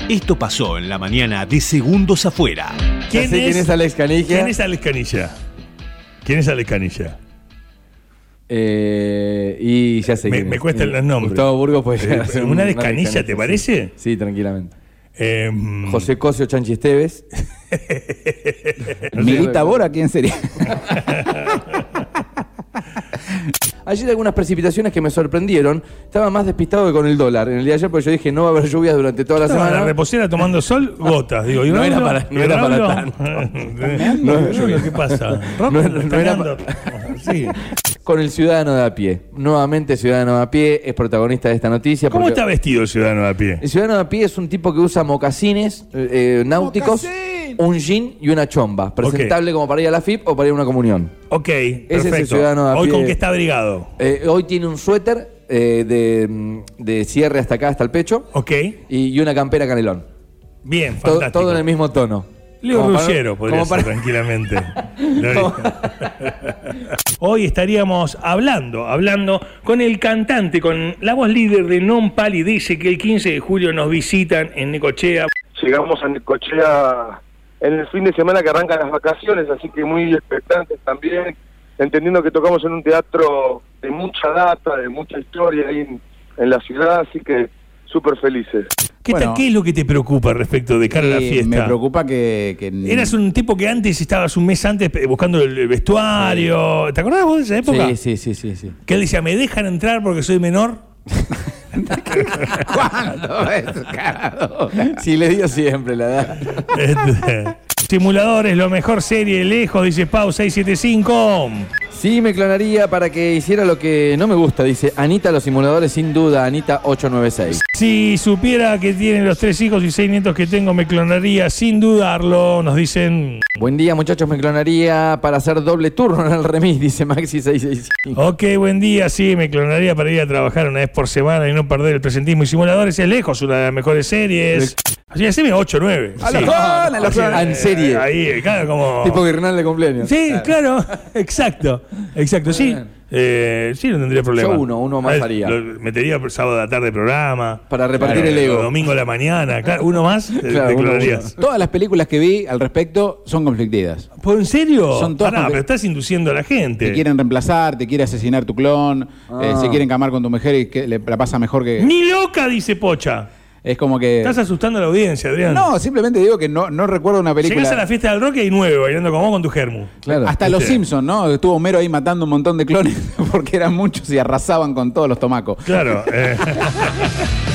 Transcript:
Esto pasó en la mañana de Segundos Afuera. ¿Quién es Alex Canilla? ¿Quién es Alex Canilla? ¿Quién es Alex Canilla? Y ya sé. Me cuestan los nombres. Gustavo Burgos puede llegar a ser ¿Una Alex Canilla, te parece? Sí, tranquilamente. José Cosio Chanchi Esteves. Milita Bora, ¿quién sería? Ayer algunas precipitaciones que me sorprendieron. Estaba más despistado que con el dólar. En el día de ayer, porque yo dije no va a haber lluvias durante toda la semana. La reposera tomando sol, gotas. Digo, no era para tanto. ¿Qué pasa? No era Sí. Con el ciudadano de a pie. Nuevamente ciudadano de a pie es protagonista de esta noticia. ¿Cómo está vestido el ciudadano de a pie? El ciudadano de a pie es un tipo que usa mocasines náuticos, un jean y una chomba. Presentable como para ir a la FIP o para ir a una comunión. Ok, perfecto. Ese es el ciudadano de a pie. ¿Hoy con qué está abrigado? Hoy tiene un suéter de cierre hasta acá, hasta el pecho. Ok. Y una campera canelón. Bien, fantástico. Todo en el mismo tono. Leo Ruggiero podría ser tranquilamente. Hoy estaríamos hablando con el cantante, con la voz líder de Non Palidece, que el 15 de julio nos visitan en Necochea. Llegamos a Necochea en el fin de semana que arrancan las vacaciones, así que muy expectantes también, entendiendo que tocamos en un teatro de mucha data, de mucha historia ahí en la ciudad, así que súper felices. ¿Qué es lo que te preocupa respecto de cara a la fiesta? Me preocupa que... Eras un tipo que antes estabas un mes antes buscando el vestuario. Sí. ¿Te acordás vos de esa época? Sí. Que él decía, ¿me dejan entrar porque soy menor? ¿Cuándo es, carajo? Sí, le dio siempre la edad. Simuladores, lo mejor serie lejos, dice Pau 675. Sí, me clonaría para que hiciera lo que no me gusta, dice Anita, los simuladores, sin duda, Anita 896. Si supiera que tiene los 3 hijos y 6 nietos que tengo, me clonaría sin dudarlo, nos dicen. Buen día, muchachos, me clonaría para hacer doble turno en el remis, dice Maxi 665. Ok, buen día, sí, me clonaría para ir a trabajar una vez por semana y no perder el presentismo. Y Simuladores es lejos, una de las mejores series. Así, haceme 8-9. En serie. Ahí, claro, como... Tipo guirnal de cumpleaños. Sí, claro, exacto, sí. Sí, no tendría problema. Yo uno más haría. Metería sábado de la tarde programa. Para repartir el ego. Domingo a la mañana, claro, uno más, claro, te clonarías. Todas las películas que vi al respecto son conflictivas. ¿En serio? Son todas pero estás induciendo a la gente. Te quieren reemplazar, te quiere asesinar tu clon, se quieren camar con tu mujer y que la pasa mejor que... ¡Ni loca!, dice Pocha. Es como que... Estás asustando a la audiencia, Adrián. No, simplemente digo que no recuerdo una película... Llegás a la fiesta del rock y hay 9 bailando como vos con tu germu. Claro. Hasta Los Simpsons, ¿no? Estuvo Homero ahí matando un montón de clones porque eran muchos y arrasaban con todos los tomacos. Claro.